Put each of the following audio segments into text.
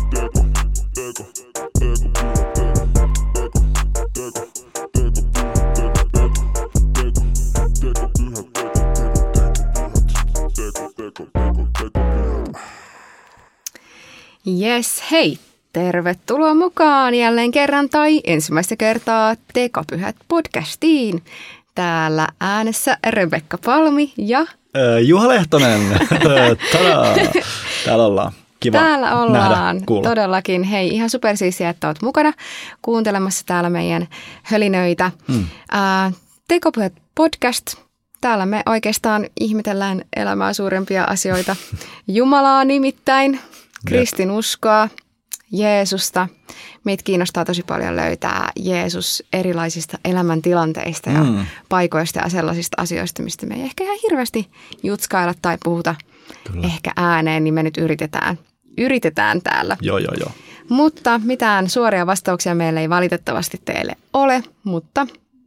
Yes, hei! Tervetuloa mukaan jälleen kerran tai ensimmäistä kertaa Tekopyhät podcastiin. Täällä äänessä Rebekka Palmi ja Juha Lehtonen. Tadaa! Täällä ollaan. Kiva täällä ollaan. Nähdä, kuulla. Todellakin. Hei, ihan supersiisiä, että olet mukana kuuntelemassa täällä meidän hölinöitä. Tekopyhät podcast. Täällä me oikeastaan ihmetellään elämää suurempia asioita. Jumalaa nimittäin, kristinuskoa, Jeesusta. Meitä kiinnostaa tosi paljon löytää Jeesus erilaisista elämäntilanteista ja paikoista ja sellaisista asioista, mistä me ei ehkä ihan hirveästi jutskailla tai puhuta ehkä ääneen, niin me nyt yritetään täällä. Joo. Mutta mitään suoria vastauksia meillä ei valitettavasti teille ole, mutta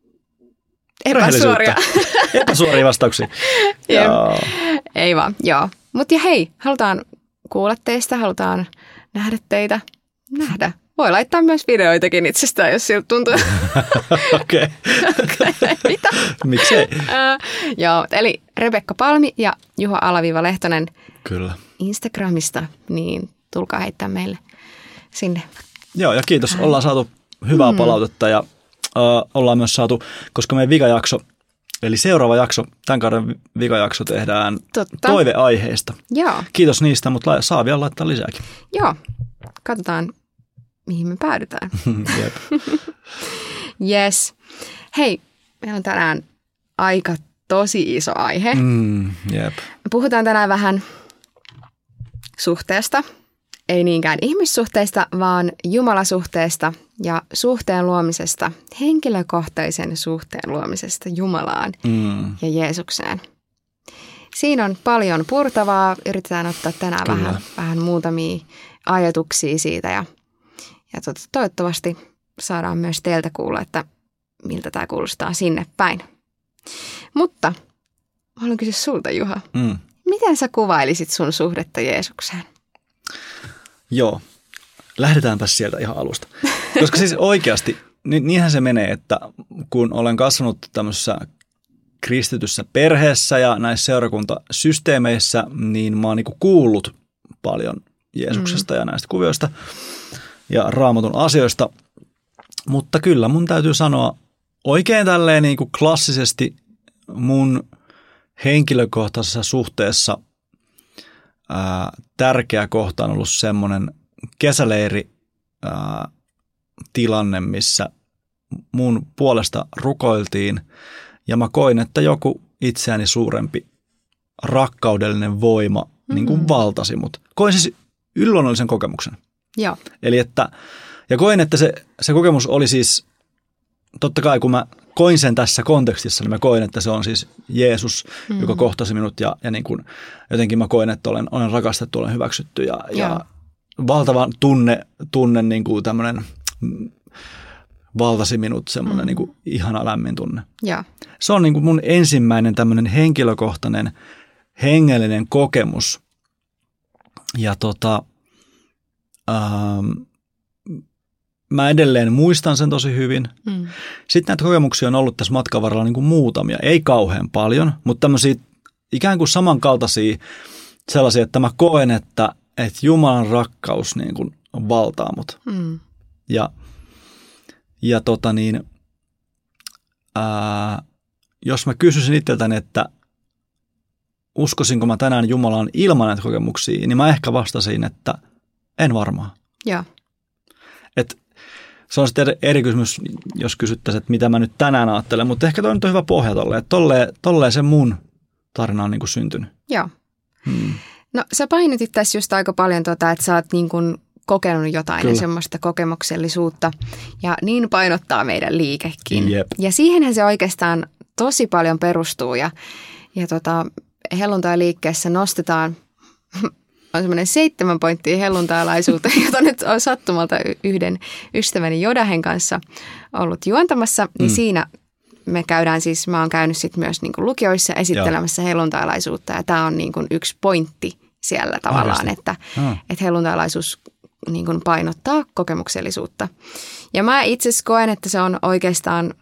epäsuoria vastauksia. Ei vaan, joo. Mutta hei, halutaan kuulla teistä, halutaan nähdä teitä. Voi laittaa myös videoitakin itsestään, jos siltä tuntuu. Okei. Mitä? Miksei? Joo, eli Rebekka Palmi ja Juha Lehtonen. Kyllä. Instagramista, niin tulkaa heittää meille sinne. Joo, ja kiitos. Ollaan saatu hyvää palautetta ja ollaan myös saatu, koska meidän vikajakso, eli seuraava jakso, tämän kauden vikajakso tehdään toiveaiheista. Joo. Kiitos niistä, mutta saa vielä laittaa lisääkin. Joo, katsotaan mihin me päädytään. Jep. Yes. Hei, meillä on tänään aika tosi iso aihe. Jep. Me puhutaan tänään vähän suhteesta, ei niinkään ihmissuhteista, vaan Jumalasuhteesta ja suhteen luomisesta, henkilökohtaisen suhteen luomisesta Jumalaan ja Jeesukseen. Siinä on paljon purtavaa. Yritetään ottaa tänään vähän muutamia ajatuksia siitä ja toivottavasti saadaan myös teiltä kuulla, että miltä tämä kuulostaa sinne päin. Mutta haluan kysyä sulta, Juha. Miten sä kuvailisit sun suhdetta Jeesukseen? Joo, lähdetäänpä sieltä ihan alusta. Koska siis oikeasti, niinhän se menee, että kun olen kasvanut tämmöisessä kristityssä perheessä ja näissä seurakuntasysteemeissä, niin mä oon niinku kuullut paljon Jeesuksesta ja näistä kuvioista ja Raamatun asioista. Mutta kyllä mun täytyy sanoa oikein tälleen niinku klassisesti mun henkilökohtaisessa suhteessa tärkeä kohta on ollut semmoinen kesäleiri tilanne, missä mun puolesta rukoiltiin ja mä koin, että joku itseäni suurempi rakkaudellinen voima niin kuin valtasi mut. Koin siis yliluonnollisen kokemuksen. Joo. Eli ja koin, että se kokemus oli siis, totta kai kun mä koin sen tässä kontekstissa, niin mä koin, että se on siis Jeesus, joka kohtasi minut ja niin kuin, jotenkin mä koin, että olen rakastettu, olen hyväksytty ja valtava tunne niin kuin tämmöinen valtasi minut, semmoinen niin kuin ihana lämmin tunne. Ja. Se on niin kuin mun ensimmäinen tämmöinen henkilökohtainen hengellinen kokemus ja mä edelleen muistan sen tosi hyvin. Sitten näitä kokemuksia on ollut tässä matkan varrella niin kuin muutamia, ei kauhean paljon, mutta tämmöisiä ikään kuin samankaltaisia sellaisia, että mä koen, että Jumalan rakkaus niin kuin valtaa mut. Jos mä kysyisin itseltäni, että uskoisinko mä tänään Jumalaan ilman näitä kokemuksia, niin mä ehkä vastasin, että en varmaan. Joo. Se on sitten eri kysymys, jos kysyttäisiin, että mitä mä nyt tänään ajattelen, mutta ehkä toi nyt on hyvä pohja tolleen, että tolleen se mun tarina on niin kuin syntynyt. Joo. No sä painotit tässä just aika paljon että sä oot niin kuin kokenut jotain ja semmoista kokemuksellisuutta ja niin painottaa meidän liikekin. Jep. Ja siihenhän se oikeastaan tosi paljon perustuu ja helluntai-liikkeessä nostetaan on semmoinen 7 pointtia helluntailaisuuteen, jota nyt on sattumalta yhden ystäväni Jodahen kanssa ollut juontamassa, niin siinä me käydään siis, mä oon käynyt sitten myös niin kuin lukioissa esittelemässä helluntailaisuutta ja tämä on niin kuin yksi pointti siellä tavallaan, että helluntailaisuus niin kuin painottaa kokemuksellisuutta. Ja mä itse asiassa koen, että se on oikeastaan,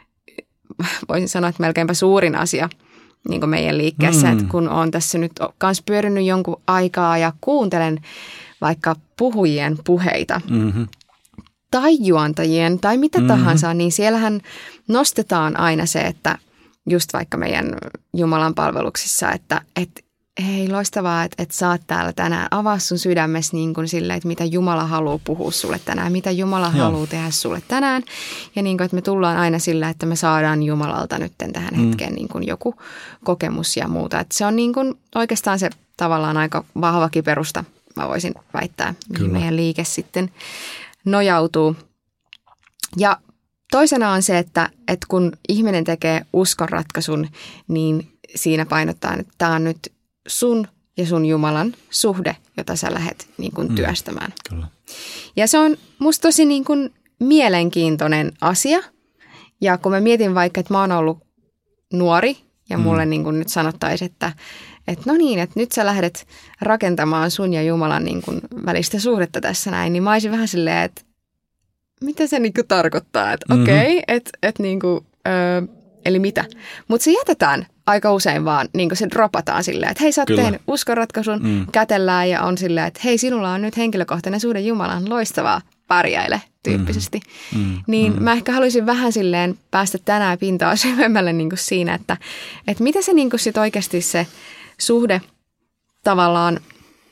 voisin sanoa, että melkeinpä suurin asia niin kuin meidän liikkeessä, että kun olen tässä nyt kanssa pyörinyt jonkun aikaa ja kuuntelen vaikka puhujien puheita tai juontajien tai mitä tahansa, niin siellähän nostetaan aina se, että just vaikka meidän Jumalan palveluksissa, että hei, loistavaa, että sä oot täällä tänään. Avaa sun sydämessä niin kuin silleen, että mitä Jumala haluaa puhua sulle tänään, mitä Jumala haluaa tehdä sulle tänään. Ja niin kuin, että me tullaan aina sillä, että me saadaan Jumalalta nyt tähän hetkeen niin kuin joku kokemus ja muuta. Että se on niin kuin oikeastaan se tavallaan aika vahvakin perusta, mä voisin väittää, mihin meidän liike sitten nojautuu. Ja toisena on se, että kun ihminen tekee uskonratkaisun, niin siinä painottaa, että tämä on nyt sun ja sun Jumalan suhde, jota sä lähdet niin kuin työstämään. Kyllä. Ja se on musta tosi niin kuin mielenkiintoinen asia. Ja kun mä mietin vaikka, että mä oon ollut nuori ja mulle niin kuin nyt sanottaisiin, että no niin, että nyt sä lähdet rakentamaan sun ja Jumalan niin kuin välistä suhdetta tässä näin, niin mä olisin vähän silleen, että mitä se niin kuin tarkoittaa, että okei, että niin kuin, eli mitä. Mutta se jätetään aika usein vaan, niin kuin se dropataan silleen, että hei, sä oot tehnyt uskonratkaisun, kätellään ja on silleen, että hei, sinulla on nyt henkilökohtainen suhde Jumalan, loistavaa, pärjäile tyyppisesti. Niin mä ehkä haluaisin vähän silleen päästä tänään pintaa syvemmälle niin kuin siinä, että mitä se niin kuin sit oikeasti se suhde tavallaan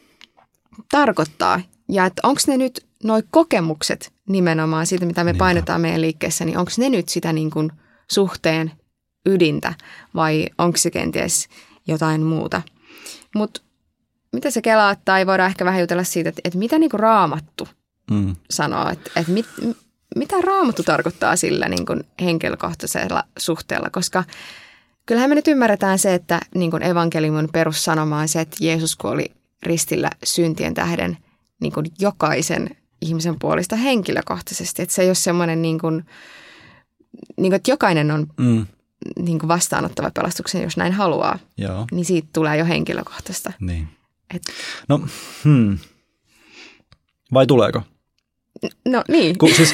tarkoittaa ja että onko ne nyt noi kokemukset nimenomaan siitä, mitä me painotaan meidän liikkeessä, niin onko ne nyt sitä niin kuin suhteen ydintä vai onko se kenties jotain muuta. Mutta mitä se kelaat tai voidaan ehkä vähän jutella siitä, että mitä niin kuin Raamattu sanoo, että mitä Raamattu tarkoittaa sillä niin kuin henkilökohtaisella suhteella, koska kyllähän me nyt ymmärretään se, että niin kuin evankeliumin perussanoma on se, että Jeesus kuoli ristillä syntien tähden niin kuin jokaisen ihmisen puolesta henkilökohtaisesti. Että se ei ole semmoinen, niin kuin, että jokainen on niin kuin vastaanottava pelastuksen, jos näin haluaa. Joo. Niin siitä tulee jo henkilökohtaista. Niin. No, vai tuleeko? No niin. Siis,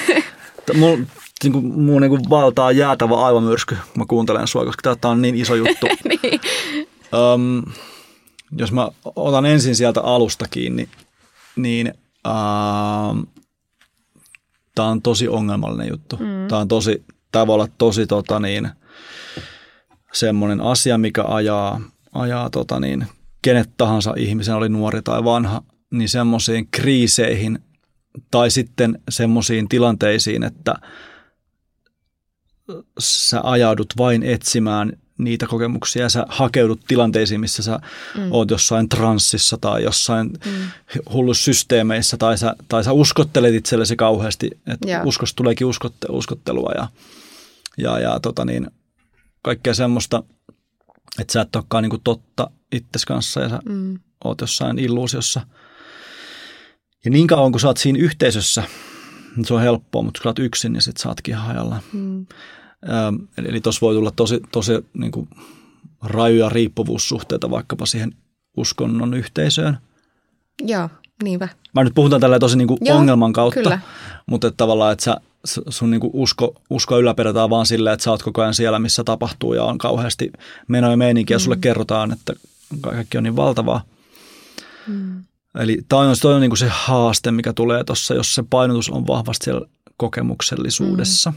mun valtaa jäätävä aivomyrsky, kun mä kuuntelen sua, koska tämä on niin iso juttu. Niin. Jos mä otan ensin sieltä alusta kiinni, niin tämä on tosi ongelmallinen juttu. Tämä voi olla tosi semmoinen asia, mikä ajaa kenet tahansa ihmisen, oli nuori tai vanha, niin semmoisiin kriiseihin tai sitten semmoisiin tilanteisiin, että sä ajaudut vain etsimään niitä kokemuksia ja sä hakeudut tilanteisiin, missä sä oot jossain transsissa tai jossain hulluissa systeemeissä tai sä uskottelet itsellesi kauheasti, että uskosta tuleekin uskottelua ja kaikkea semmoista, että sä et olekaan niinku totta itsesi kanssa ja sä oot jossain illuusiossa. Ja niin kauan kun sä oot siinä yhteisössä, niin se on helppoa, mutta kun sä oot yksin, niin sit sä ootkin ihan hajallaan. Eli tuossa voi tulla tosi niin kuin rajuja riippuvuussuhteita vaikkapa siihen uskonnon yhteisöön. Joo, niinpä. Mä nyt puhutaan tällä tosi niin kuin ongelman kautta, kyllä. mutta että tavallaan, että sun niin kuin usko ylläpidetään vaan silleen, että sä oot koko ajan siellä, missä tapahtuu ja on kauheasti menoa ja meininkiä ja sulle kerrotaan, että kaikki on niin valtavaa. Eli toi on niin kuin se haaste, mikä tulee tuossa, jos se painotus on vahvasti siellä kokemuksellisuudessa.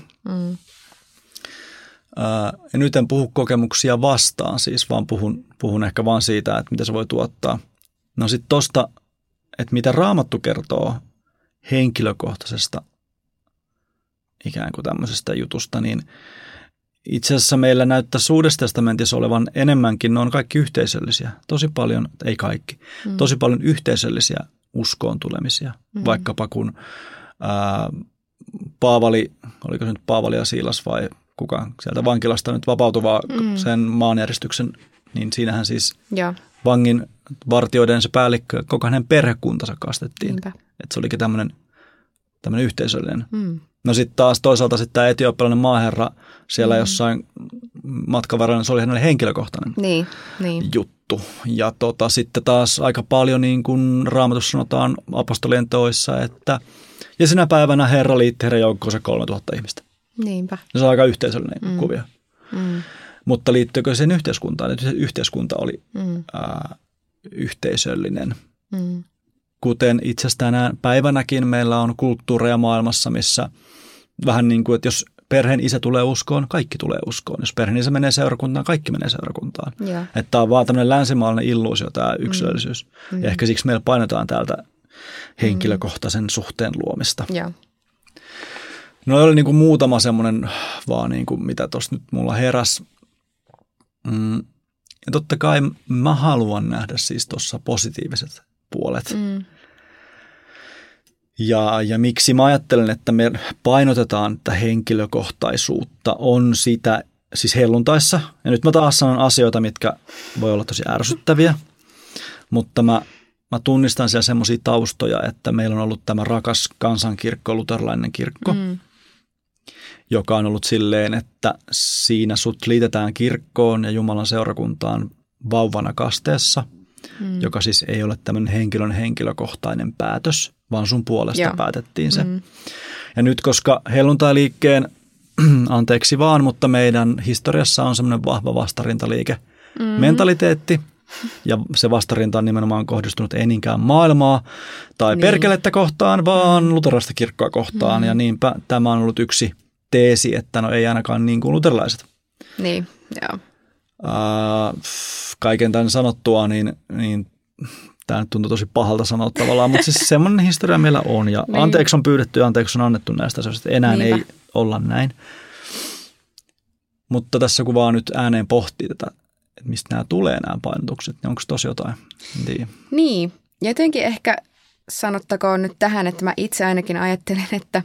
Ja nyt en puhu kokemuksia vastaan siis, vaan puhun ehkä vaan siitä, että mitä se voi tuottaa. No sitten tosta, että mitä Raamattu kertoo henkilökohtaisesta ikään kuin tämmöisestä jutusta, niin itse asiassa meillä näyttäisi Uudessa testamentissa olevan enemmänkin, ne on kaikki yhteisöllisiä. Tosi paljon, ei kaikki, tosi paljon yhteisöllisiä uskoon tulemisia. Vaikkapa kun Paavali, oliko se nyt Paavali ja Siilas vai kuka sieltä vankilasta nyt vapautuvaa sen maanjäristyksen, niin siinähän siis vangin vartijoiden se päällikkö, koko hänen perhekuntansa kastettiin. Että se olikin tämmöinen yhteisöllinen. No sitten taas toisaalta sitten tämä etiopialainen maaherra siellä jossain matkan varrella, se oli hänelle henkilökohtainen juttu. juttu. Ja sitten taas aika paljon niin kuin Raamatussa sanotaan apostolien teoissa, että ja sinä päivänä Herra liitti heidän joukkoonsa 3000 ihmistä. Niinpä. Se on aika yhteisöllinen kuvio. Mutta liittyykö sen yhteiskuntaan? Että yhteiskunta oli yhteisöllinen. Kuten itse asiassa tänä päivänäkin meillä on kulttuureja maailmassa, missä vähän niin kuin, että jos perheen isä tulee uskoon, kaikki tulee uskoon. Jos perheen isä menee seurakuntaan, kaikki menee seurakuntaan. Että tämä on vaan tämmöinen länsimaalainen illuusio, tämä yksilöllisyys. Ja ehkä siksi meillä painetaan täältä henkilökohtaisen suhteen luomista. No oli niin kuin muutama semmoinen vaan niin kuin mitä tuossa nyt mulla heräsi. Ja totta kai mä haluan nähdä siis tuossa positiiviset puolet. Ja miksi mä ajattelen, että me painotetaan tätä henkilökohtaisuutta on sitä siis helluntaissa. Ja nyt mä taas sanon asioita, mitkä voi olla tosi ärsyttäviä, mutta mä tunnistan siellä semmoisia taustoja, että meillä on ollut tämä rakas kansankirkko, luterilainen kirkko, joka on ollut silleen, että siinä sut liitetään kirkkoon ja Jumalan seurakuntaan vauvana kasteessa, joka siis ei ole tämmöinen henkilön henkilökohtainen päätös, vaan sun puolesta päätettiin se. Ja nyt, koska helluntailiikkeen, anteeksi vaan, mutta meidän historiassa on semmoinen vahva vastarintaliike mentaliteetti, ja se vastarinta on nimenomaan kohdistunut ei niinkään maailmaa tai perkelettä kohtaan, vaan luterilaista kirkkoa kohtaan. Ja niinpä tämä on ollut yksi teesi, että no ei ainakaan niin kuin luterilaiset. Niin, joo. Kaiken tämän sanottua, niin tämä nyt tuntuu tosi pahalta sanoa tavallaan, mutta siis semmoinen historia meillä on. Ja anteeksi on pyydetty ja anteeksi on annettu näistä asioista. Enää ei olla näin. Mutta tässä kun vaan nyt ääneen pohtii tätä, että mistä nämä tulee nämä painotukset, niin onko tosi jotain? Niin, jotenkin ehkä sanottakoon nyt tähän, että mä itse ainakin ajattelen, että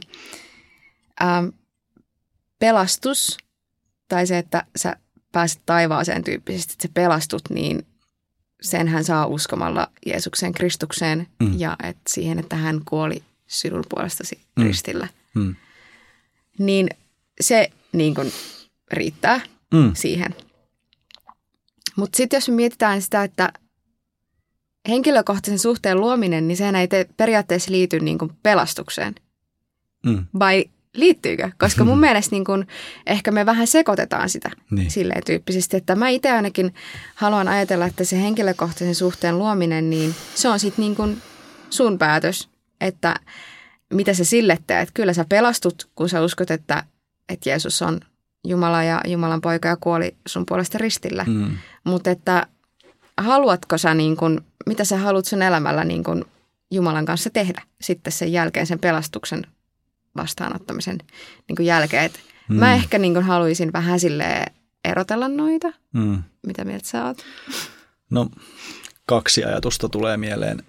pelastus tai se, että sä pääset taivaaseen tyyppisesti, että sä pelastut, niin senhän saa uskomalla Jeesukseen Kristukseen ja että siihen, että hän kuoli sinun puolestasi ristillä. Niin se niin kuin riittää siihen. Mutta sitten jos me mietitään sitä, että henkilökohtaisen suhteen luominen, niin sehän ei periaatteessa liity niin kuin pelastukseen. Vai liittyykö? Koska mun mielestä niin kun, ehkä me vähän sekoitetaan sitä silleen tyyppisesti, että mä itse ainakin haluan ajatella, että se henkilökohtaisen suhteen luominen, niin se on sitten niin kun sun päätös, että mitä sä sille teet. Kyllä sä pelastut, kun sä uskot, että Jeesus on Jumala ja Jumalan poika ja kuoli sun puolesta ristillä. Mutta että haluatko sä niin kun, mitä sä haluat sun elämällä niin kun Jumalan kanssa tehdä sitten sen jälkeen sen pelastuksen vastaanottamisen niin kuin jälkeen. Et mä ehkä niin kuin haluaisin vähän silleen erotella noita. Mitä mieltä sä oot? No, 2 ajatusta tulee mieleen.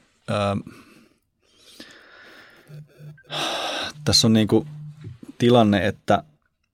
Tässä on niin kuin tilanne, että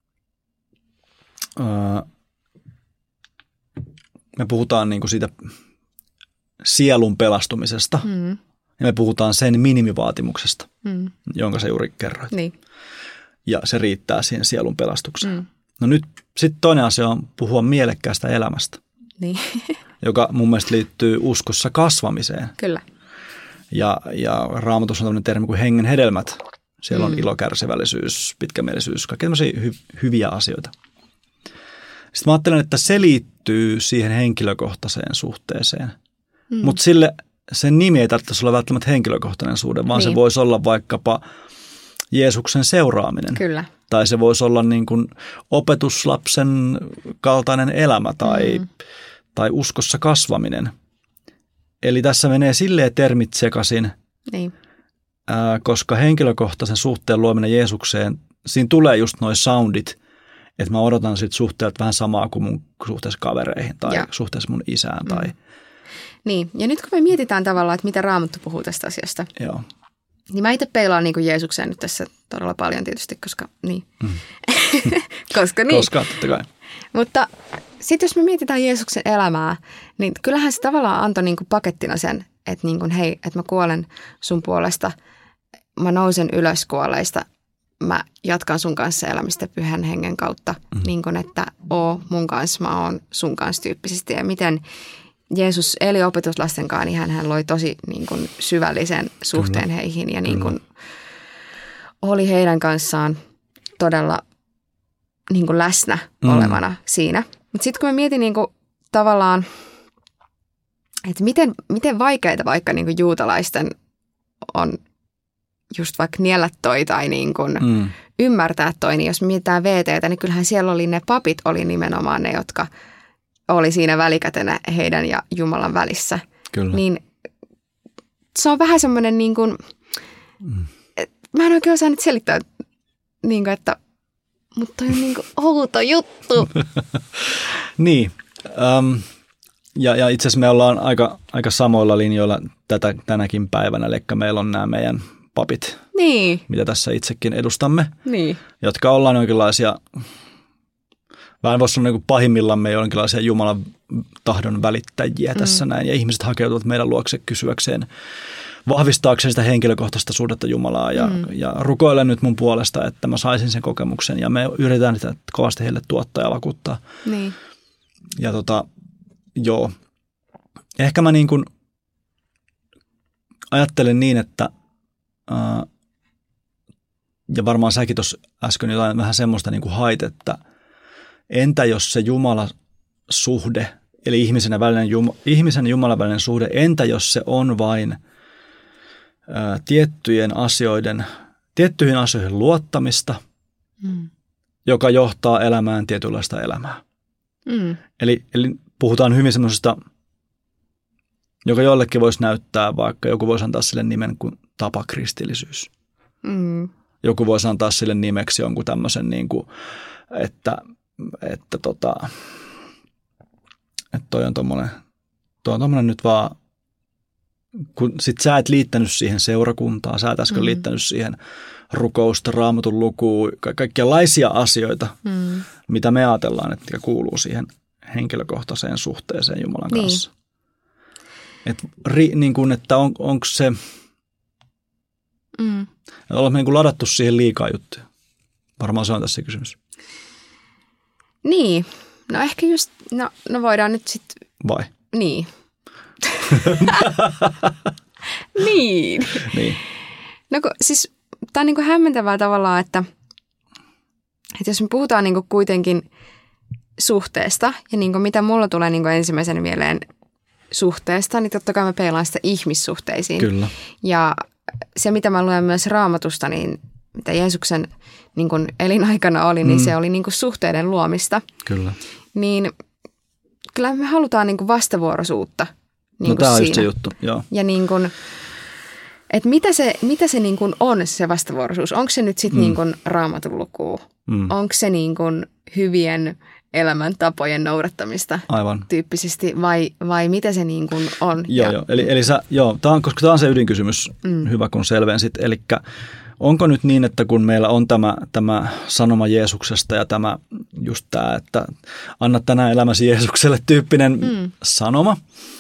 me puhutaan niin kuin siitä sielun pelastumisesta. Ja me puhutaan sen minimivaatimuksesta, jonka sä juuri kerroit. Niin. Ja se riittää siihen sielun pelastukseen. No nyt sitten toinen asia on puhua mielekkäästä elämästä, joka mun mielestä liittyy uskossa kasvamiseen. Kyllä. Ja Raamatussa on tämmöinen termi kuin hengen hedelmät. Siellä on ilo, kärsivällisyys, pitkämielisyys, kaikki tämmöisiä hyviä asioita. Sitten mä ajattelen, että se liittyy siihen henkilökohtaiseen suhteeseen. Mutta sille sen nimi ei tarvitse olla välttämättä henkilökohtainen suhde, vaan se voisi olla vaikkapa Jeesuksen seuraaminen. Kyllä. Tai se voisi olla niin kuin opetuslapsen kaltainen elämä tai uskossa kasvaminen. Eli tässä menee silleen termit sekaisin, koska henkilökohtaisen suhteen luominen Jeesukseen, siinä tulee just noi soundit, että mä odotan sit suhteelta vähän samaa kuin mun suhteessa kavereihin tai suhteessa mun isään tai niin, ja nyt kun me mietitään tavallaan, että mitä Raamattu puhuu tästä asiasta, niin mä itse peilaan niin kuin Jeesukseen nyt tässä todella paljon tietysti, koska niin. Koska totta kai. Mutta sitten jos me mietitään Jeesuksen elämää, niin kyllähän se tavallaan antoi niin kuin pakettina sen, että niin kuin, hei, että mä kuolen sun puolesta, mä nousen ylös kuolleista, mä jatkan sun kanssa elämistä Pyhän Hengen kautta, niin kuin, että mun kanssa, mä oon sun kanssa tyyppisesti ja miten Jeesus eli opetuslasten kanssa, niin hän loi tosi niin kuin syvällisen suhteen heihin ja niin kuin oli heidän kanssaan todella niin kuin läsnä olevana siinä. Mutta sitten kun mä mietin niin kuin tavallaan, että miten vaikeita vaikka niin kuin juutalaisten on just vaikka niellä toi tai niin kuin ymmärtää toi, niin jos mietitään VT:tä, niin kyllähän siellä oli ne papit oli nimenomaan ne, jotka oli siinä välikätenä heidän ja Jumalan välissä. Kyllä. Niin se on vähän semmoinen niin kuin, mä en oikein osaa nyt selittää, niin kuin, että mutta toi on niin kuin outo juttu. Niin. Ja itse asiassa me ollaan aika samoilla linjoilla tänäkin päivänä, eli meillä on nämä meidän papit, mitä tässä itsekin edustamme, jotka ollaan jonkinlaisia, vähän voisi sanoa niin kuin pahimmillaan jonkinlaisia Jumalan tahdon välittäjiä tässä näin, ja ihmiset hakeutuvat meidän luokse kysyäkseen, vahvistaakseen sitä henkilökohtaista suhdetta Jumalaa ja rukoilen nyt mun puolesta, että mä saisin sen kokemuksen, ja me yritetään sitä kovasti heille tuottaa ja vakuuttaa. Niin. Ja joo. Ehkä mä niin kuin ajattelen niin, että ja varmaan säkin tuossa äsken jotain vähän semmoista niin kuin hait, että entä jos se Jumala-suhde, eli ihmisen ja Jumalan välinen suhde, entä jos se on vain tiettyihin asioihin luottamista, joka johtaa elämään tietynlaista elämää. Eli puhutaan hyvin semmoisesta, joka jollekin voisi näyttää, vaikka joku voisi antaa sille nimen kuin tapakristillisyys. Joku voisi antaa sille nimeksi jonkun tämmöisen, niin kuin, että toi on tommoinen nyt vaan, kun sit sä et liittänyt siihen seurakuntaan, sä et äsken liittänyt siihen rukousta, Raamatun lukuun, kaikenlaisia asioita, mitä me ajatellaan, että kuuluu siihen henkilökohtaiseen suhteeseen Jumalan kanssa. Niin kuin, että onko se, ollaan niin kuin ladattu siihen liikaa juttuja. Varmaan se on tässä kysymys. Niin, no ehkä just, no voidaan nyt sitten. Vai? Niin. Niin. No siis tämä on niin kuin hämmentävää tavallaan, että jos me puhutaan niin kuin kuitenkin suhteesta ja niin kuin mitä mulla tulee niin kuin ensimmäisenä mieleen suhteesta, niin totta kai mä peilaan sitä ihmissuhteisiin. Kyllä. Ja se, mitä mä luen myös Raamatusta, niin mitä Jeesuksen niin kuin elinaikana oli, niin se oli niin kuin suhteiden luomista. Kyllä. Niin kyllä me halutaan niin kuin vastavuoroisuutta. Niin tämä on siinä. Just se juttu, joo. Ja niin kuin, että mitä se niin kuin on se vastavuoroisuus? Onko se nyt sitten niin kuin Raamatun lukua? Onko se niin kuin hyvien elämäntapojen noudattamista aivan tyyppisesti vai mitä se niin kuin on? Joo. Eli koska tämä on se ydinkysymys, hyvä kun selvensit. Eli onko nyt niin, että kun meillä on tämä sanoma Jeesuksesta ja just tämä, että anna tänään elämäsi Jeesukselle tyyppinen sanoma,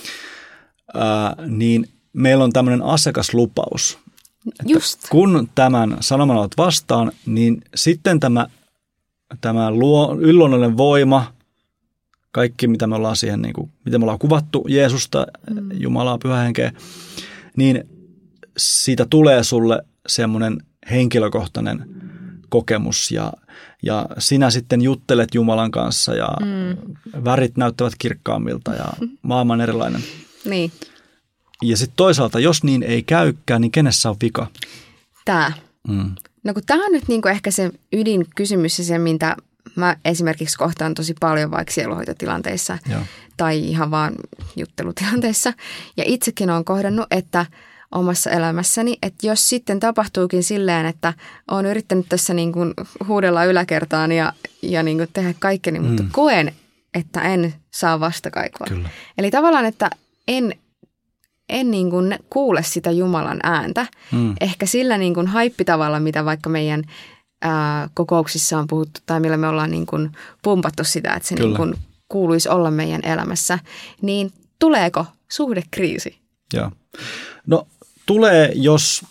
niin meillä on tämmöinen asiakaslupaus. Just. Kun tämän sanoman olet vastaan, niin sitten tämä yliluonnollinen voima, kaikki mitä me ollaan siihen, niin kuin, mitä me ollaan kuvattu Jeesusta, Jumalaa, Pyhää Henkeä, niin siitä tulee sulle semmoinen henkilökohtainen kokemus ja sinä sitten juttelet Jumalan kanssa ja värit näyttävät kirkkaammilta ja maailma on erilainen. Niin. Ja sitten toisaalta, jos niin ei käykään, niin kenessä on vika? Tämä. No kun tämä on nyt niinku ehkä se ydinkysymys ja se, mitä mä esimerkiksi kohtaan tosi paljon vaikka sieluhoitotilanteissa tai ihan vaan juttelutilanteissa. Ja itsekin olen kohdannut, että omassa elämässäni, että jos sitten tapahtuukin silleen, että olen yrittänyt tässä niin kuin huudella yläkertaan ja niin kuin tehdä kaikkeni, mutta koen, että en saa vastakaikua. Kyllä. Eli tavallaan, että en niin kuin kuule sitä Jumalan ääntä. Ehkä sillä niin kuin haippitavalla, mitä vaikka meidän kokouksissa on puhuttu tai millä me ollaan niin kuin pumpattu sitä, että se niin kuin kuuluisi olla meidän elämässä, niin tuleeko suhdekriisi? Joo. No tulee, jos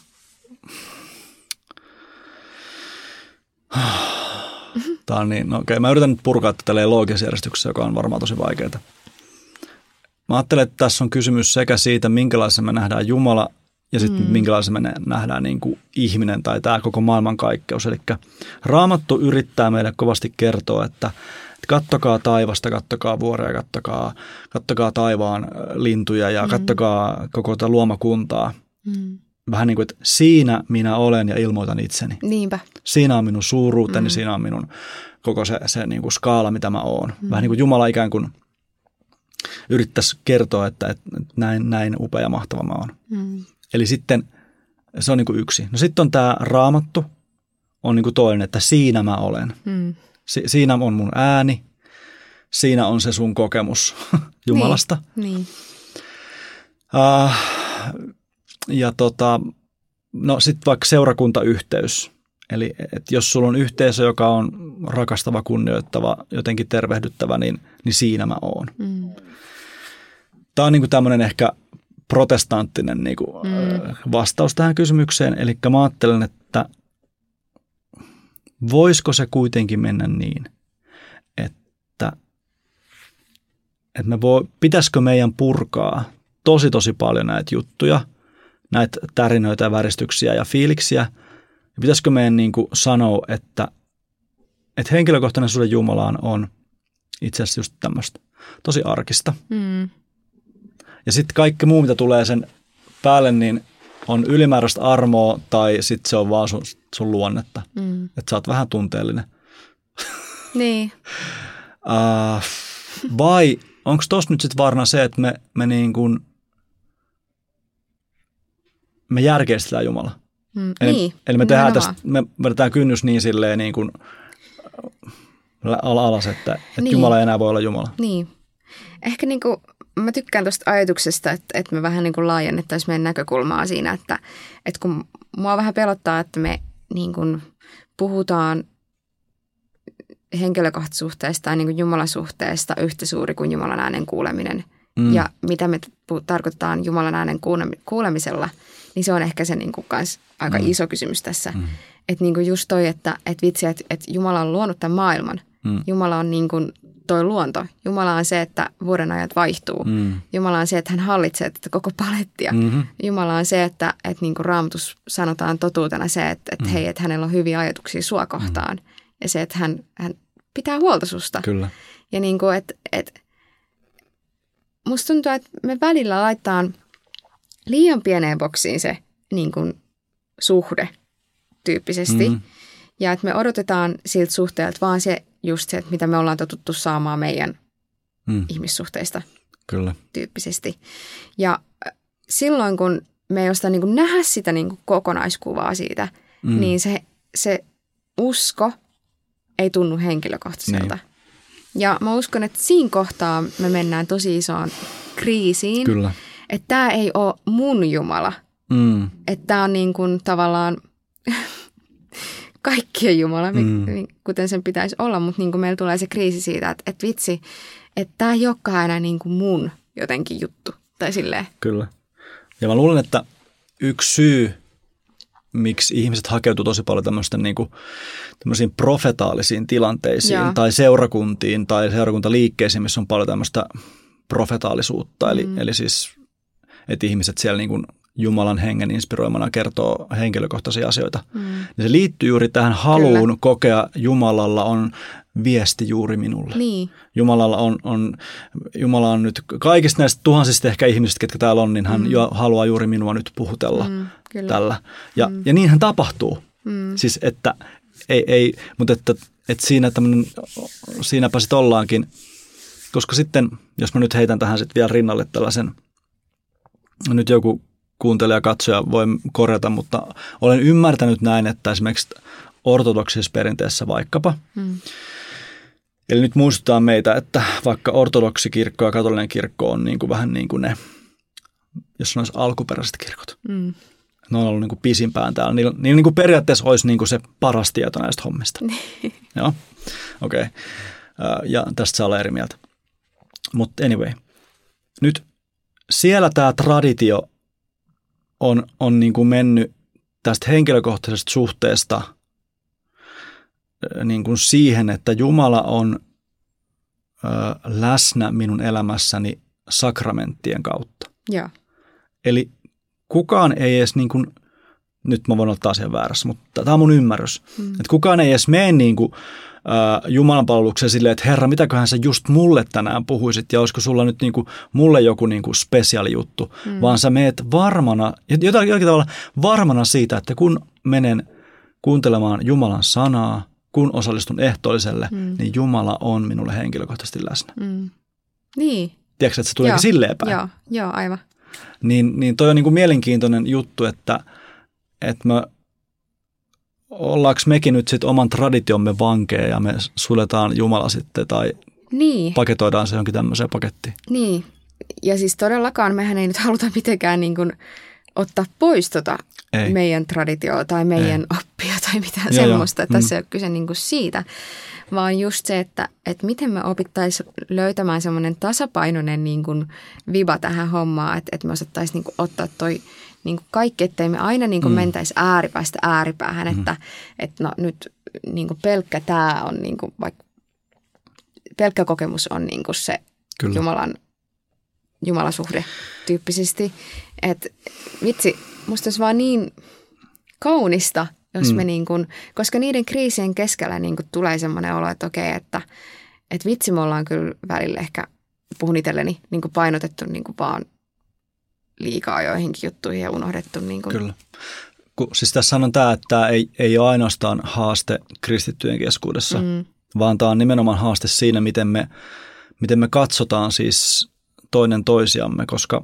tämä on niin, no okei, mä yritän nyt purkaa tätä loogisessa järjestyksessä, joka on varmaan tosi vaikeaa. mä ajattelen, että tässä on kysymys sekä siitä, minkälaisen me nähdään Jumala ja sitten minkälaisen me nähdään niin kuin ihminen tai tämä koko maailmankaikkeus. Eli Raamattu yrittää meille kovasti kertoa, että kattokaa taivasta, kattokaa vuoria, kattokaa taivaan lintuja ja kattokaa koko tätä luomakuntaa. Vähän niin kuin, että siinä minä olen ja ilmoitan itseni. Niinpä. Siinä on minun suuruuteni, siinä on minun koko se niin kuin skaala, mitä mä oon. Vähän niin kuin Jumala ikään kuin yrittäisi kertoa, että näin upea ja mahtava mä oon. Eli sitten se on niin kuin yksi. No sitten on tämä Raamattu, on niin kuin toinen, että siinä mä olen. Siinä on mun ääni, siinä on se sun kokemus Jumalasta. Niin. Ja no sitten vaikka seurakuntayhteys. Eli että jos sulla on yhteisö, joka on rakastava, kunnioittava, jotenkin tervehdyttävä, niin siinä mä oon. Tämä on niin kuin tämmöinen ehkä protestanttinen niin kuin vastaus tähän kysymykseen. Eli mä ajattelen, että voisiko se kuitenkin mennä niin, että pitäisikö meidän purkaa tosi paljon näitä juttuja, näitä tärinöitä ja väristyksiä ja fiiliksiä. Ja pitäisikö meidän niin kuin sanoa, että henkilökohtainen suhde Jumalaan on itse asiassa just tämmöistä tosi arkista. Ja sitten kaikki muu, mitä tulee sen päälle, niin on ylimääräistä armoa tai sitten se on vaan sun luonnetta. Että sä oot vähän tunteellinen. Niin. Vai onko tossa nyt sitten varna se, että me niin kuin me järkeistetään Jumala? Eli me tehdään tästä, me vedetään kynnys niin silleen niin kuin alas, että Jumala ei enää voi olla Jumala. Niin. Ehkä niin kuin mä tykkään tuosta ajatuksesta, että me vähän niin kuin laajennettaisiin meidän näkökulmaa siinä, että kun mua vähän pelottaa, että me niin kuin puhutaan henkilökohtaisuhteesta tai niin kuin Jumalasuhteesta yhtä suuri kuin Jumalan äänen kuuleminen. Ja mitä me tarkoitetaan Jumalan äänen kuulemisella, niin se on ehkä se niin kuin kans aika iso kysymys tässä. Että niin kuin just toi, että vitsi, että Jumala on luonut tämän maailman. Jumala on niin kuin toi luonto. Jumala on se, että vuodenajat vaihtuu. Jumala on se, että hän hallitsee tätä koko palettia. Jumala on se, että niin kuin Raamatus sanotaan totuutena se, että hei, että hänellä on hyviä ajatuksia sua kohtaan. Ja se, että hän pitää huolta susta. Kyllä. Ja niin kuin, että musta tuntuu, että me välillä laittaa liian pieneen boksiin se niin kuin suhde tyyppisesti. Ja että me odotetaan siltä suhteelta vaan se just se, että mitä me ollaan totuttu saamaan meidän ihmissuhteista. Kyllä. Tyyppisesti. Ja silloin, kun me ei osata niin kuin nähdä sitä niin kuin kokonaiskuvaa siitä, niin se usko ei tunnu henkilökohtaiselta. Niin. Ja mä uskon, että siinä kohtaa me mennään tosi isoon kriisiin. Kyllä. Että tämä ei ole mun Jumala. Että tämä on niin kuin tavallaan kaikkien Jumala, kuten sen pitäisi olla. Mutta niin kuin meillä tulee se kriisi siitä, että vitsi, että tämä ei olekaan enää niin kuin mun jotenkin juttu. Tai silleen. Kyllä. Ja mä luulen, että yksi syy, miksi ihmiset hakeutuu tosi paljon tämmöisiin profetaalisiin tilanteisiin tai seurakuntiin tai seurakuntaliikkeisiin, missä on paljon tämmöistä profetaalisuutta. Eli siis, että ihmiset siellä niin kuin Jumalan hengen inspiroimana kertoo henkilökohtaisia asioita. Ja se liittyy juuri tähän haluun kokea Jumalalla on viesti juuri minulle. Niin. Jumala on nyt kaikista näistä tuhansista ehkä ihmisistä, ketkä täällä on, niin hän haluaa juuri minua nyt puhutella tällä. Ja niinhän tapahtuu. Siis että ei mutta että siinäpä sitten ollaankin, koska sitten, jos mä nyt heitän tähän sitten vielä rinnalle tällaisen, nyt joku kuuntelija, katsoja voi korjata, mutta olen ymmärtänyt näin, että esimerkiksi ortodoksisessa perinteessä vaikkapa, eli nyt muistutaan meitä, että vaikka ortodoksikirkko ja katolinen kirkko on niin kuin vähän niin kuin ne, jos on alkuperäiset kirkot. Ne on ollut niin kuin pisimpään täällä. Niillä niin kuin periaatteessa olisi niin kuin se paras tieto näistä hommista. Joo, okei. Ja tästä saa olla eri mieltä. Mutta anyway, nyt siellä tämä traditio on niin kuin mennyt tästä henkilökohtaisesta suhteesta niin kuin siihen, että Jumala on läsnä minun elämässäni sakramenttien kautta. Joo. Eli kukaan ei edes niin kuin, nyt mä voin olla taas ihan väärässä, mutta tämä on mun ymmärrys, että kukaan ei edes mene niin kuin Jumalanpalvelukseen silleen, että Herra, mitäköhän sä just mulle tänään puhuisit ja olisiko sulla nyt niin kuin mulle joku niin kuin spesiaali juttu, vaan sä meet varmana, jotakin tavalla varmana siitä, että kun menen kuuntelemaan Jumalan sanaa, kun osallistun ehtoolliselle, niin Jumala on minulle henkilökohtaisesti läsnä. Niin. Tiedätkö, että se tuleekin silleen päin? Joo, aivan. Niin toi on niin kuin mielenkiintoinen juttu, että me ollaanko mekin nyt sitten oman traditiomme vankeja ja me suljetaan Jumala sitten tai paketoidaan se jonkin tämmöiseen pakettiin. Niin, ja siis todellakaan mehän ei nyt haluta mitenkään niin kuin ottaa pois meidän traditioa tai meidän oppia tai mitään semmoista. Tässä ei ole kyse niin kuin siitä, vaan just se, että miten me opittaisiin löytämään semmoinen tasapainoinen niin kuin viba tähän hommaan, että me osattaisiin niin kuin ottaa toi niin kuin kaikki, ettei me aina niin kuin mentäisi ääripäästä ääripäähän, että no nyt niin kuin pelkkä tämä on niin kuin vaikka pelkkä kokemus on niin kuin se Jumalasuhde tyyppisesti, että vitsi, musta olisi vaan niin kaunista, jos me niin kuin, koska niiden kriisien keskellä niin kuin tulee semmoinen olo, että okei, että vitsi, me ollaan kyllä välillä ehkä, puhun itselleni, niin kuin painotettu niin kuin vaan liikaa joihinkin juttuihin ja unohdettu. Niin kuin. Kyllä. Siis tässä on tämä, että tämä ei ole ainoastaan haaste kristittyjen keskuudessa, vaan tämä on nimenomaan haaste siinä, miten me katsotaan siis toinen toisiamme, koska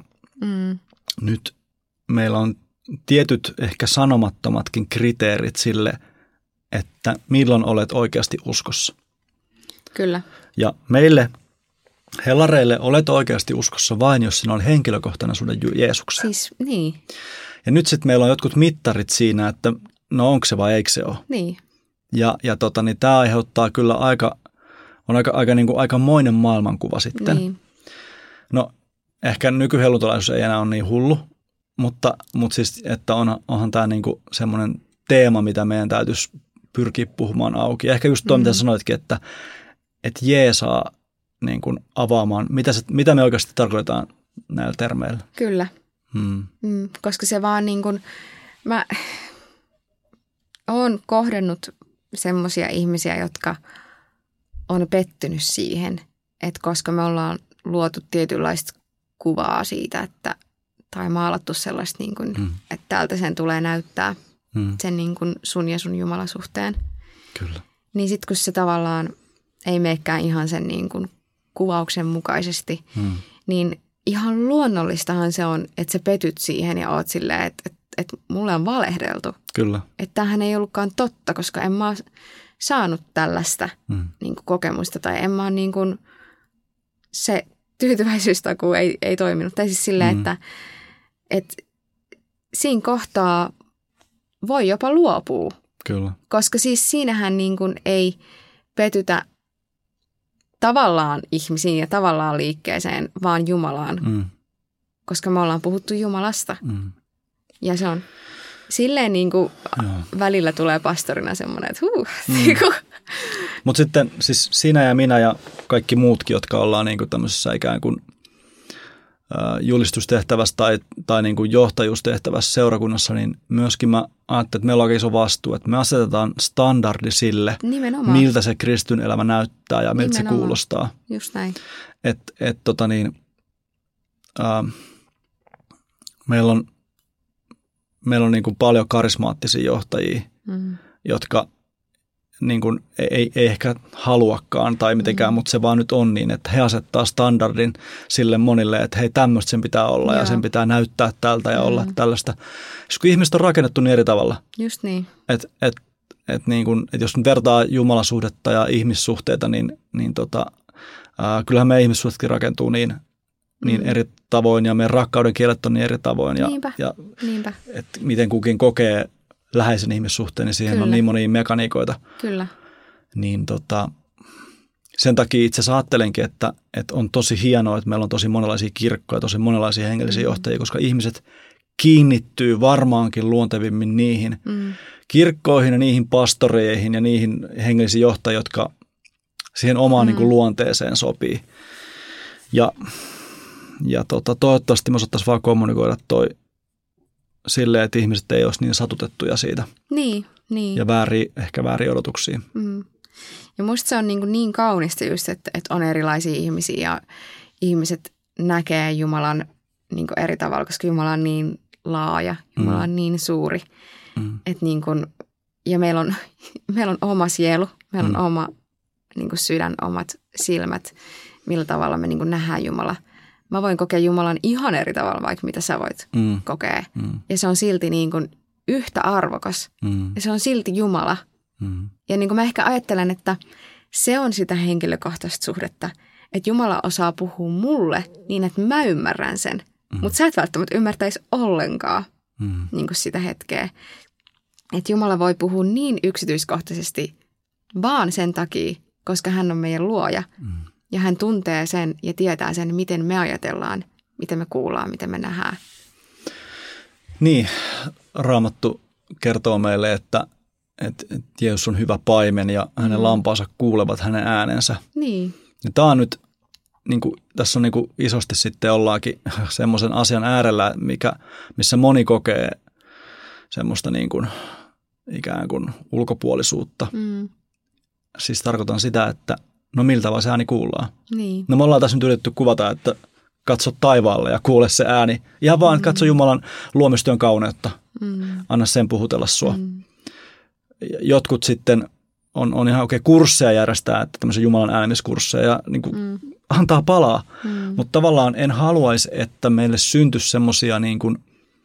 nyt meillä on tietyt ehkä sanomattomatkin kriteerit sille, että milloin olet oikeasti uskossa. Kyllä. Ja meille helareille olet oikeasti uskossa vain, jos sinä on henkilökohtainen suhde Jeesukseen. Siis niin. Ja nyt sitten meillä on jotkut mittarit siinä, että no onko se vai eikö se ole. Niin. Ja niin tämä aiheuttaa kyllä aikamoinen maailmankuva sitten. Niin. No ehkä nykyhelluntalaisuus ei enää ole niin hullu, mutta siis, että onhan tämä niinku semmoinen teema, mitä meidän täytyisi pyrkiä puhumaan auki. Ehkä just tuo, mitä sanoitkin, että Jeesaa niin kuin avaamaan, mitä me oikeasti tarkoitetaan näillä termeillä. Kyllä, koska se vaan niin kuin, mä oon kohdannut semmoisia ihmisiä, jotka on pettynyt siihen, että koska me ollaan luotu tietynlaista kuvaa siitä, että tai maalattu sellaista, niin kuin, että täältä sen tulee näyttää sen niin kuin sun ja sun Jumalasuhteen. Kyllä. Niin sitten kun se tavallaan ei meekään ihan sen niin kuin kuvauksen mukaisesti, niin ihan luonnollistahan se on, että sä petyt siihen ja oot silleen, että mulle on valehdeltu. Kyllä. Että tämähän ei ollutkaan totta, koska en mä saanut tällaista niin kuin kokemusta tai en mä ole niin kuin, se tyytyväisyystakuu ei toiminut. Tai siis silleen, että siinä kohtaa voi jopa luopua. Kyllä. Koska siis siinähän niin kuin ei petytä tavallaan ihmisiin ja tavallaan liikkeeseen, vaan Jumalaan. Koska me ollaan puhuttu Jumalasta. Ja se on silleen niin kuin välillä tulee pastorina semmoinen, että Mutta sitten siis sinä ja minä ja kaikki muutkin, jotka ollaan niin kuin tämmöisessä ikään kuin julistustehtävässä tai niin kuin johtajuustehtävässä seurakunnassa, niin myöskin mä ajattelin, että meillä on iso vastuu, että me asetetaan standardi sille, miltä se kristyn elämä näyttää ja miltä se kuulostaa. Just näin. Meillä on niin kuin paljon karismaattisia johtajia, jotka niin kuin ei ehkä haluakaan tai mitenkään, mutta se vaan nyt on niin, että he asettaa standardin sille monille, että hei, tämmöistä sen pitää olla ja sen pitää näyttää tältä ja olla tällaista. Kun ihmiset on rakennettu niin eri tavalla. Just niin. Niin kuin, että jos nyt vertaa jumalasuhdetta ja ihmissuhteita, niin kyllähän meidän ihmissuhteetkin rakentuu niin eri tavoin ja meidän rakkauden kielet on niin eri tavoin. Niinpä. Että miten kukin kokee läheisen ihmissuhteen, niin siihen on niin monia mekaniikoita. Kyllä. Niin sen takia itse asiassa ajattelenkin, että on tosi hienoa, että meillä on tosi monenlaisia kirkkoja, tosi monenlaisia hengellisiä johtajia, koska ihmiset kiinnittyy varmaankin luontevimmin niihin kirkkoihin ja niihin pastoreihin ja niihin hengellisiin johtajiin, jotka siihen omaan niin kuin luonteeseen sopii. Ja toivottavasti me osattaisiin vaan kommunikoida toi silleen, että ihmiset ei olisi niin satutettuja siitä. Niin. Ja ehkä väärin odotuksia. Ja musta se on niin kaunista just, että on erilaisia ihmisiä ja ihmiset näkee Jumalan niin kuin eri tavalla, koska Jumala on niin laaja, Jumala on niin suuri. Että niin kuin, ja meillä on oma sielu, meillä on oma niin kuin sydän, omat silmät, millä tavalla me niin kuin nähdään Jumala. Mä voin kokea Jumalan ihan eri tavalla, vaikka mitä sä voit kokea. Ja se on silti niin kuin yhtä arvokas. Ja se on silti Jumala. Ja niin kuin mä ehkä ajattelen, että se on sitä henkilökohtaista suhdetta. Että Jumala osaa puhua mulle niin, että mä ymmärrän sen. Mutta sä et välttämättä ymmärtäisi ollenkaan niin kuin sitä hetkeä. Että Jumala voi puhua niin yksityiskohtaisesti vaan sen takia, koska hän on meidän luoja. Ja hän tuntee sen ja tietää sen, miten me ajatellaan, miten me kuullaan, miten me nähdään. Niin, Raamattu kertoo meille, että Jeesus on hyvä paimen ja hänen lampaansa kuulevat hänen äänensä. Niin. Ja tämä on nyt, niin kuin, tässä on niin kuin isosti sitten ollaankin semmoisen asian äärellä, missä moni kokee semmoista niin kuin, ikään kuin ulkopuolisuutta. Siis tarkoitan sitä, että no miltä tavalla se ääni kuullaan. Niin. No me ollaan tässä nyt yritetty kuvata, että katso taivaalle ja kuule se ääni. Ihan vaan katso Jumalan luomistyön kauneutta. Anna sen puhutella sua. Jotkut sitten on ihan oikein kursseja järjestää, että tämmöisiä Jumalan äänemiskursseja ja niin kuin antaa palaa. Mutta tavallaan en haluaisi, että meille syntyisi semmoisia niin kuin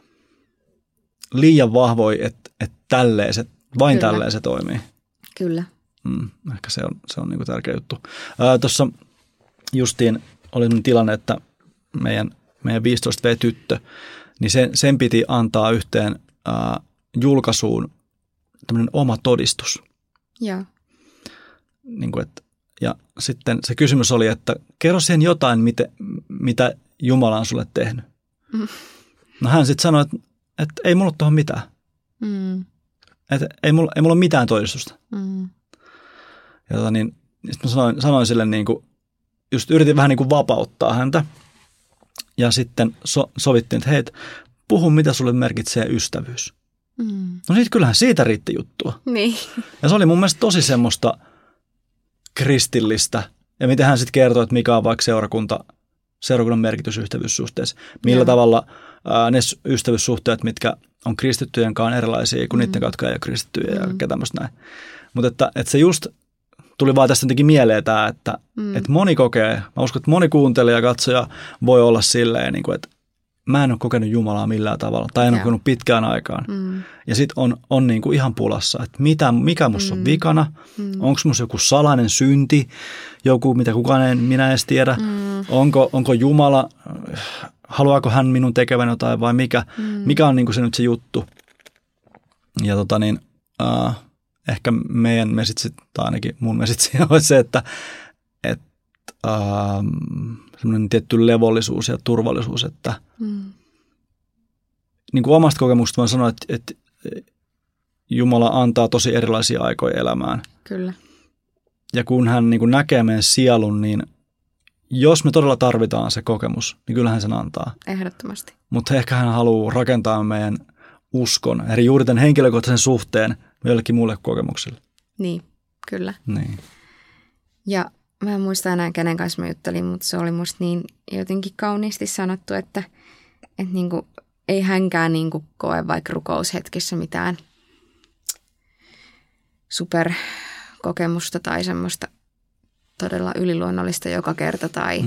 liian vahvoja, että vain tälleen se toimii. Kyllä. Ehkä se on niin kuin tärkeä juttu. Tuossa justiin oli tilanne, että meidän 15V-tyttö, niin sen piti antaa yhteen julkaisuun tämmöinen oma todistus. Joo. Niin kuin, ja sitten se kysymys oli, että kerro siihen jotain, mitä Jumala on sulle tehnyt. No hän sitten sanoi, että ei mulla ole tuohon mitään. Että ei mulla ole mitään todistusta. Ja sitten mä sanoin sille niin kuin, just yritin vähän niin kuin vapauttaa häntä. Ja sitten sovittiin, että hei, puhu mitä sulle merkitsee ystävyys. No sitten kyllähän siitä riitti juttua. Niin. Ja se oli mun mielestä tosi semmoista kristillistä. Ja miten hän sitten kertoi, että mikä on vaikka seurakunnan merkitys ystävyyssuhteessa. Millä tavalla ne ystävyyssuhteet, mitkä on kristittyjen kanssa erilaisia kuin niiden, jotka ei ole kristittyjä ja kaikkea tämmöistä näin. Mutta että se just tuli vaan tästä jotenkin mieleen tämä, että moni kokee, mä uskon, että moni kuuntelija ja katsoja voi olla silleen, niin kuin, että mä en ole kokenut Jumalaa millään tavalla tai en ole kokenut pitkään aikaan. Ja sitten on niin kuin ihan pulassa, että mikä musta on vikana, onko musta joku salainen synti, joku mitä minä en edes tiedä, onko Jumala, haluaako hän minun tekevän jotain vai mikä on niin kuin se nyt se juttu. Ja ehkä meidän mesitsi, tai ainakin mun mesitsi on se, että semmoinen tietty levollisuus ja turvallisuus, että niin kuin omasta kokemuksesta voin sanoa, että Jumala antaa tosi erilaisia aikoja elämään. Kyllä. Ja kun hän niin kuin näkee meidän sielun, niin jos me todella tarvitaan se kokemus, niin kyllähän sen antaa. Ehdottomasti. Mutta ehkä hän haluaa rakentaa meidän uskon, eri juuri tämän henkilökohtaisen suhteen jollekin muulle kokemukselle. Niin, kyllä. Niin. Ja mä en muista enää kenen kanssa mä juttelin, mutta se oli musta niin jotenkin kauniisti sanottu, että niinku, ei hänkään niinku koe vaikka rukoushetkissä mitään superkokemusta tai semmoista todella yliluonnollista joka kerta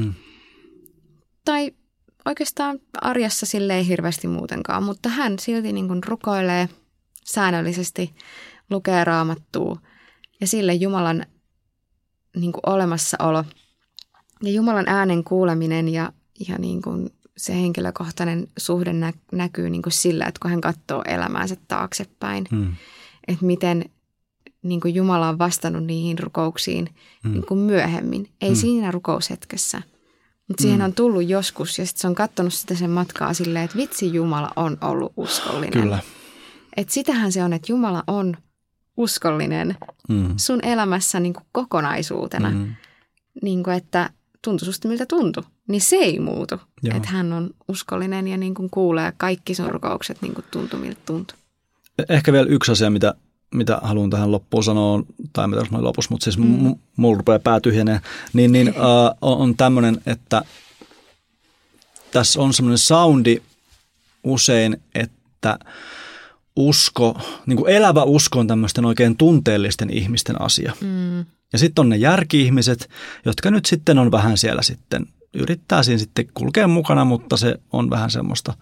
tai oikeastaan arjessa sille ei hirveästi muutenkaan, mutta hän silti niin kuin rukoilee säännöllisesti, lukee Raamattua ja sille Jumalan niin kuin olemassaolo ja Jumalan äänen kuuleminen ja niin kuin se henkilökohtainen suhde näkyy niin kuin sillä, että kun hän katsoo elämäänsä taaksepäin, että miten niin kuin Jumala on vastannut niihin rukouksiin niin kuin myöhemmin, ei siinä rukoushetkessä. Mutta siihen on tullut joskus ja sitten se on katsonut sitä sen matkaa silleen, että vitsi Jumala on ollut uskollinen. Kyllä. Että sitähän se on, että Jumala on uskollinen sun elämässä niin kuin kokonaisuutena. Niin kuin, että tuntui susta miltä tuntui. niin se ei muutu. Että hän on uskollinen ja niin kuin kuulee kaikki sun rukoukset niin kuin tuntuu miltä tuntuu. Ehkä vielä yksi asia, mitä haluan tähän loppuun sanoa, tai mitä sanoin lopussa, mutta siis mulla rupeaa pää tyhjenee, niin on tämmöinen, että tässä on semmoinen soundi usein, että usko, niin kuin elävä usko on tämmöisten oikein tunteellisten ihmisten asia. Ja sitten on ne järki-ihmiset, jotka nyt sitten on vähän siellä sitten, yrittää siinä sitten kulkea mukana, mutta se on vähän semmoista.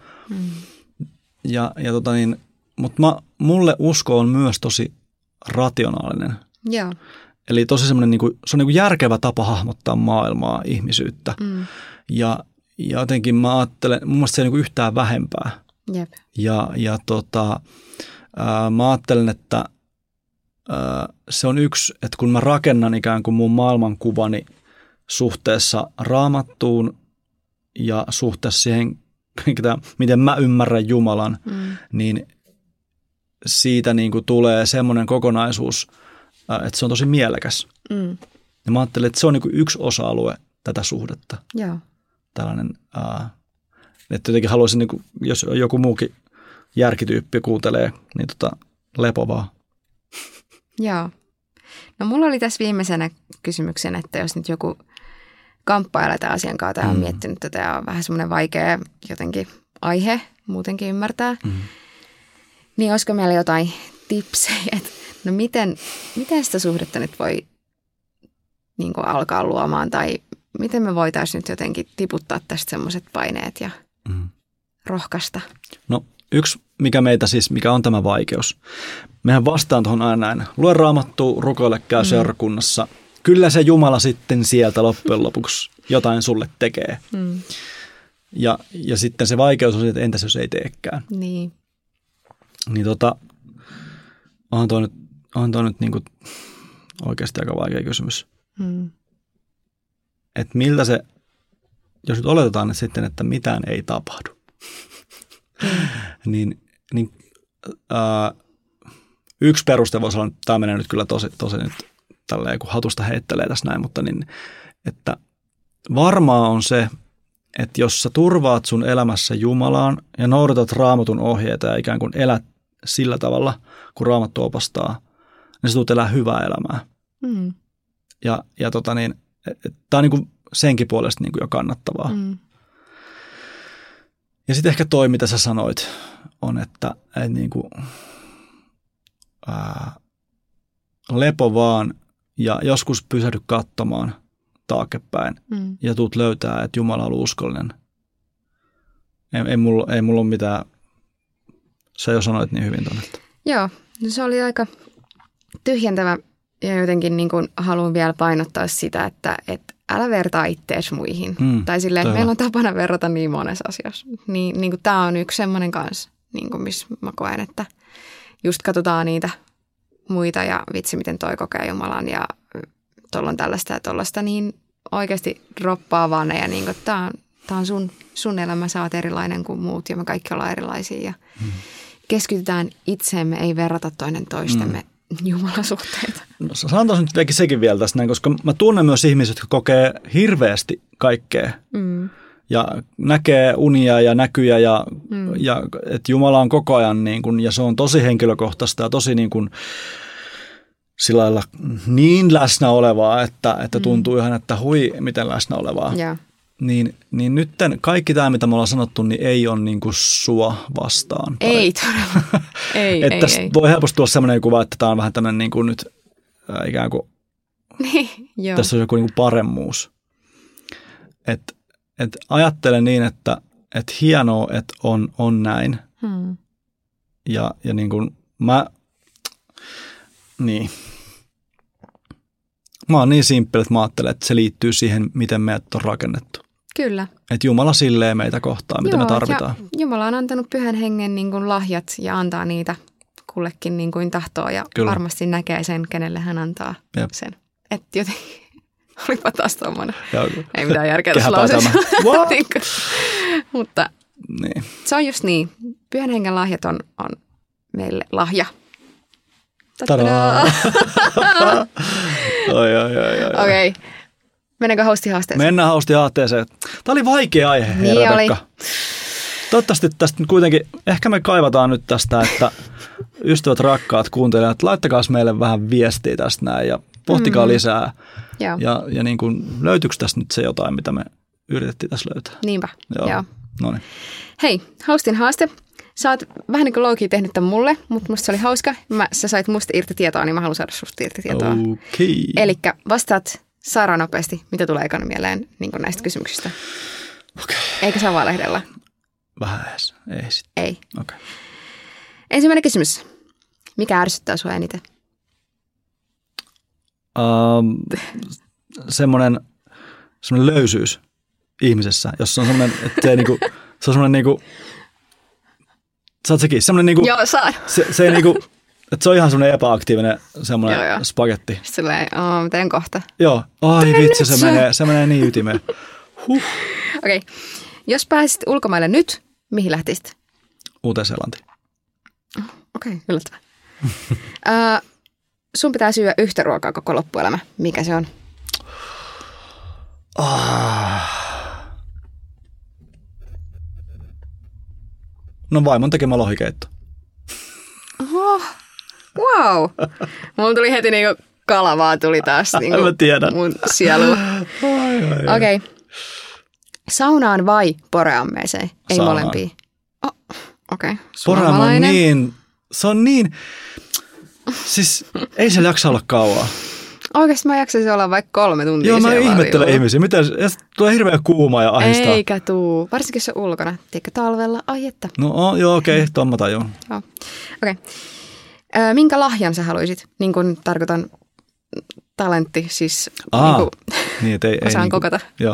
Mutta mulle usko on myös tosi rationaalinen. Joo. Eli tosi semmoinen, niin se on niin kuin järkevä tapa hahmottaa maailmaa, ihmisyyttä. Ja jotenkin mä ajattelen, mun mielestä se ei niin kuin yhtään vähempää. Jep. Mä ajattelen, että se on yksi, että kun mä rakennan ikään kuin mun maailmankuvani suhteessa Raamattuun ja suhteessa siihen, miten mä ymmärrän Jumalan, niin siitä niin kuin tulee semmoinen kokonaisuus, että se on tosi mielekäs. Ja mä ajattelen, että se on niin kuin yksi osa-alue tätä suhdetta. Joo. Tällainen, että jotenkin haluaisin, niin kuin, jos joku muukin järkityyppi kuuntelee, niin lepo vaan. Joo. No mulla oli tässä viimeisenä kysymyksenä, että jos nyt joku kamppailee tämän asian kanssa ja on miettinyt tätä ja on vähän semmoinen vaikea jotenkin aihe muutenkin ymmärtää, niin olisiko meillä jotain tipsejä, että no miten sitä suhdetta nyt voi niin kuin alkaa luomaan tai miten me voitaisiin nyt jotenkin tiputtaa tästä semmoiset paineet ja rohkaista? No yksi, mikä on tämä vaikeus. Mehän vastaan tuohon aina näin. Lue Raamattua, rukoile, käy seurakunnassa. Kyllä se Jumala sitten sieltä loppujen lopuksi jotain sulle tekee. Ja sitten se vaikeus on, että entäs jos ei teekään. Niin. Niin onhan toi nyt niin kuin oikeasti aika vaikea kysymys. Että miltä se, jos nyt oletetaan että sitten, että mitään ei tapahdu, niin yksi peruste voisi olla, tämä menee nyt kyllä tosi nyt tälleen, kun hatusta heittelee tässä näin, mutta niin, että varmaa on se, että jos sä turvaat sun elämässä Jumalaan ja noudatat Raamatun ohjeita ja ikään kuin elät sillä tavalla, kun Raamattu opastaa, niin sä tulet elää hyvää elämää. Ja tämä on niin kuin senkin puolesta niin kuin jo kannattavaa. Ja sitten ehkä toi, mitä sä sanoit, on, että niin kuin, lepo vaan ja joskus pysähdy katsomaan taaksepäin ja tuut löytää, että Jumala on uskollinen. Ei mulla ole mitään, sä jo sanoit niin hyvin tuonne. Joo, no se oli aika tyhjentävä ja jotenkin niin kuin haluan vielä painottaa sitä, että älä vertaa ittees muihin. Tai silleen, meillä on tapana verrata niin monessa asiassa. Niin kuin tämä on yksi semmoinen kanssa, niin kuin missä mä koen, että just katsotaan niitä muita ja vitsi, miten toi kokee Jumalan ja tuolla on tällaista ja tollaista, niin oikeasti droppaa vaan ne ja niin kuin tämä on sun elämä, sä oot erilainen kuin muut ja me kaikki ollaan erilaisia ja keskitytään itseemme, ei verrata toinen toistemme jumalasuhteita. No, sanotaan nyt sekin vielä tästä näin, koska mä tunnen myös ihmisiä, jotka kokee hirveästi kaikkea ja näkee unia ja näkyjä ja että Jumala on koko ajan niin kuin, ja se on tosi henkilökohtaista ja tosi niin kuin, sillä lailla niin läsnä olevaa, että tuntuu ihan, että hui, miten läsnä olevaa. Yeah. Niin nyt kaikki tämä, mitä me ollaan sanottu, niin ei ole niin kuin sua vastaan. Ei todella. Ei, että ei. Voi helposti tulla sellainen kuva, että tämä on vähän tämmöinen niin kuin nyt ikään kuin, tässä on joku niin kuin paremmuus. Että ajattelen niin, että hienoa, että on näin. Ja niin kuin mä oon niin simppeli, että mä ajattelen, että se liittyy siihen, miten meidät on rakennettu. Kyllä. Että Jumala silleen meitä kohtaa, mitä me tarvitaan. Ja Jumala on antanut Pyhän Hengen niin kuin lahjat ja antaa niitä kullekin niin kuin tahtoo ja varmasti näkee sen, kenelle hän antaa sen. Että jotenkin, olipa taas tommoinen. Ei mitään järkeä tässä lauseessa. Mutta niin. Se on just niin. Pyhän Hengen lahjat on meille lahja. Tadaa! Oi. Okei. Mennäänkö hostihaasteeseen? Mennään hostihaasteeseen. Tämä oli vaikea aihe, Niin Rebekka. oli. Toivottavasti tästä nyt kuitenkin, ehkä me kaivataan nyt tästä, että ystävät, rakkaat kuuntelijat, laittakaa meille vähän viestiä tästä näin ja pohtikaa lisää. Joo. Ja niin kuin, löytyykö tästä nyt se jotain, mitä me yritettiin tässä löytää? Niinpä, joo. Noniin. Hei, hostin haaste. Sä oot vähän niin kuin Loki tehnyt tämän mulle, mutta musta se oli hauska. Sä sait musta irti tietoa, niin mä haluan saada susta irti tietoa. Okei. Elikkä vastaat sairaan nopeasti, mitä tulee ekana mieleen niin kuin näistä kysymyksistä. Okei. Eikä saa vaan lehdellä. Vähän edes. Ei sit. Ei. Okei. Ensimmäinen kysymys. Mikä ärsyttää sua eniten? Semmoinen löysyys ihmisessä, jossa on semmoinen, että se, niinku, se on semmoinen niinku, saat sekin, semmoinen niinku, Joo, saan. se ei niinku, että se on ihan semmoinen epäaktiivinen semmoinen Joo. spagetti. Silleen, teen kohta. Joo, ai vitsi, se menee niin ytimeen. Okei. Jos pääsisit ulkomaille nyt, mihin lähtisit? Uuteen-Seelanti. Okei, yllättävää. Sun pitää syödä yhtä ruokaa koko loppuelämä. Mikä se on? No vaimon tekemä lohikeitto. Oho, wow. Mulla tuli heti niinku kalavaa tuli taas niinku Mä tiedän. mun sielu. Okei. Saunaan vai poreammeeseen? Ei Saunaan. molempia. Okei. Poreammo on niin, se on niin, siis ei se jaksa olla kauaa. Oikeasti mä jaksaisin olla vaikka 3 tuntia. Joo, mä siellä ihmettelen vaan, ihmisiä. Miten, tulee hirveä kuuma ja ahdistaa. Eikä tuu. Varsinkin jos on ulkona. Tiedätkö, talvella. Ai että. No joo, okei, tuon mä tajun. Joo. Okei. Minkä lahjan sä haluaisit? Niin kuin tarkoitan talentti, siis niin, et ei osaan niinku, kokata. Joo.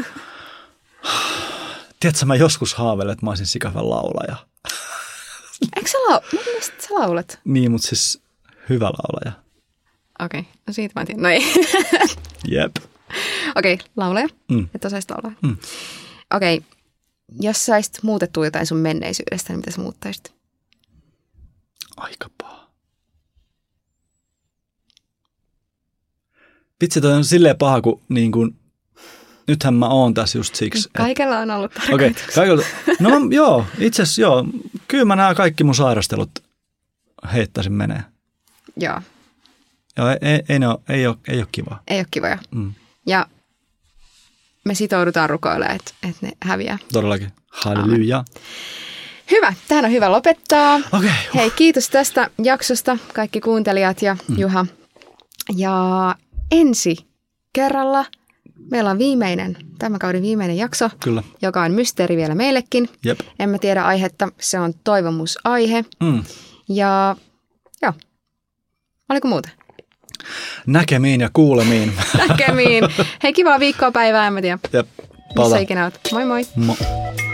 Tiedätkö, mä joskus haaveilen, että mä olisin sikavan laulaja. Eikö sä mun mielestä sä laulat? Niin, mutta siis hyvä laulaja. Okei, no siitä mä en tiedä. No ei. Jep. Okei, laulaja. Et osaisit laulaa. Okei, jos saisit muutettua jotain sun menneisyydestä, niin mitä sä muuttaisit? Aika paha. Vitsi, toi on silleen paha, kun niin kuin, nythän mä oon tässä just siksi. Kaikella on ollut tarkoitus. Okei, kaikella. No joo, itse asiassa joo. Kyllä mä nämä kaikki mun sairastelut heittäisin menee. Joo. Joo, ei ole kiva. Ei ole kivoja. Ja me sitoudutaan rukoilemaan, että ne häviää. Todellakin. Halleluja. Hyvä, tähän on hyvä lopettaa. Okei. Hei, kiitos tästä jaksosta kaikki kuuntelijat ja Juha. Ja ensi kerralla meillä on tämän kauden viimeinen jakso, Kyllä. joka on mysteeri vielä meillekin. Jep. Emme tiedä aihetta, se on toivomusaihe. Ja joo, oliko muuta? Näkemiin ja kuulemiin. Näkemiin. Hei, kivaa viikkoa, päivää, en mä tiedä. Jep. Missä ikinä oot. Moi moi. Moi.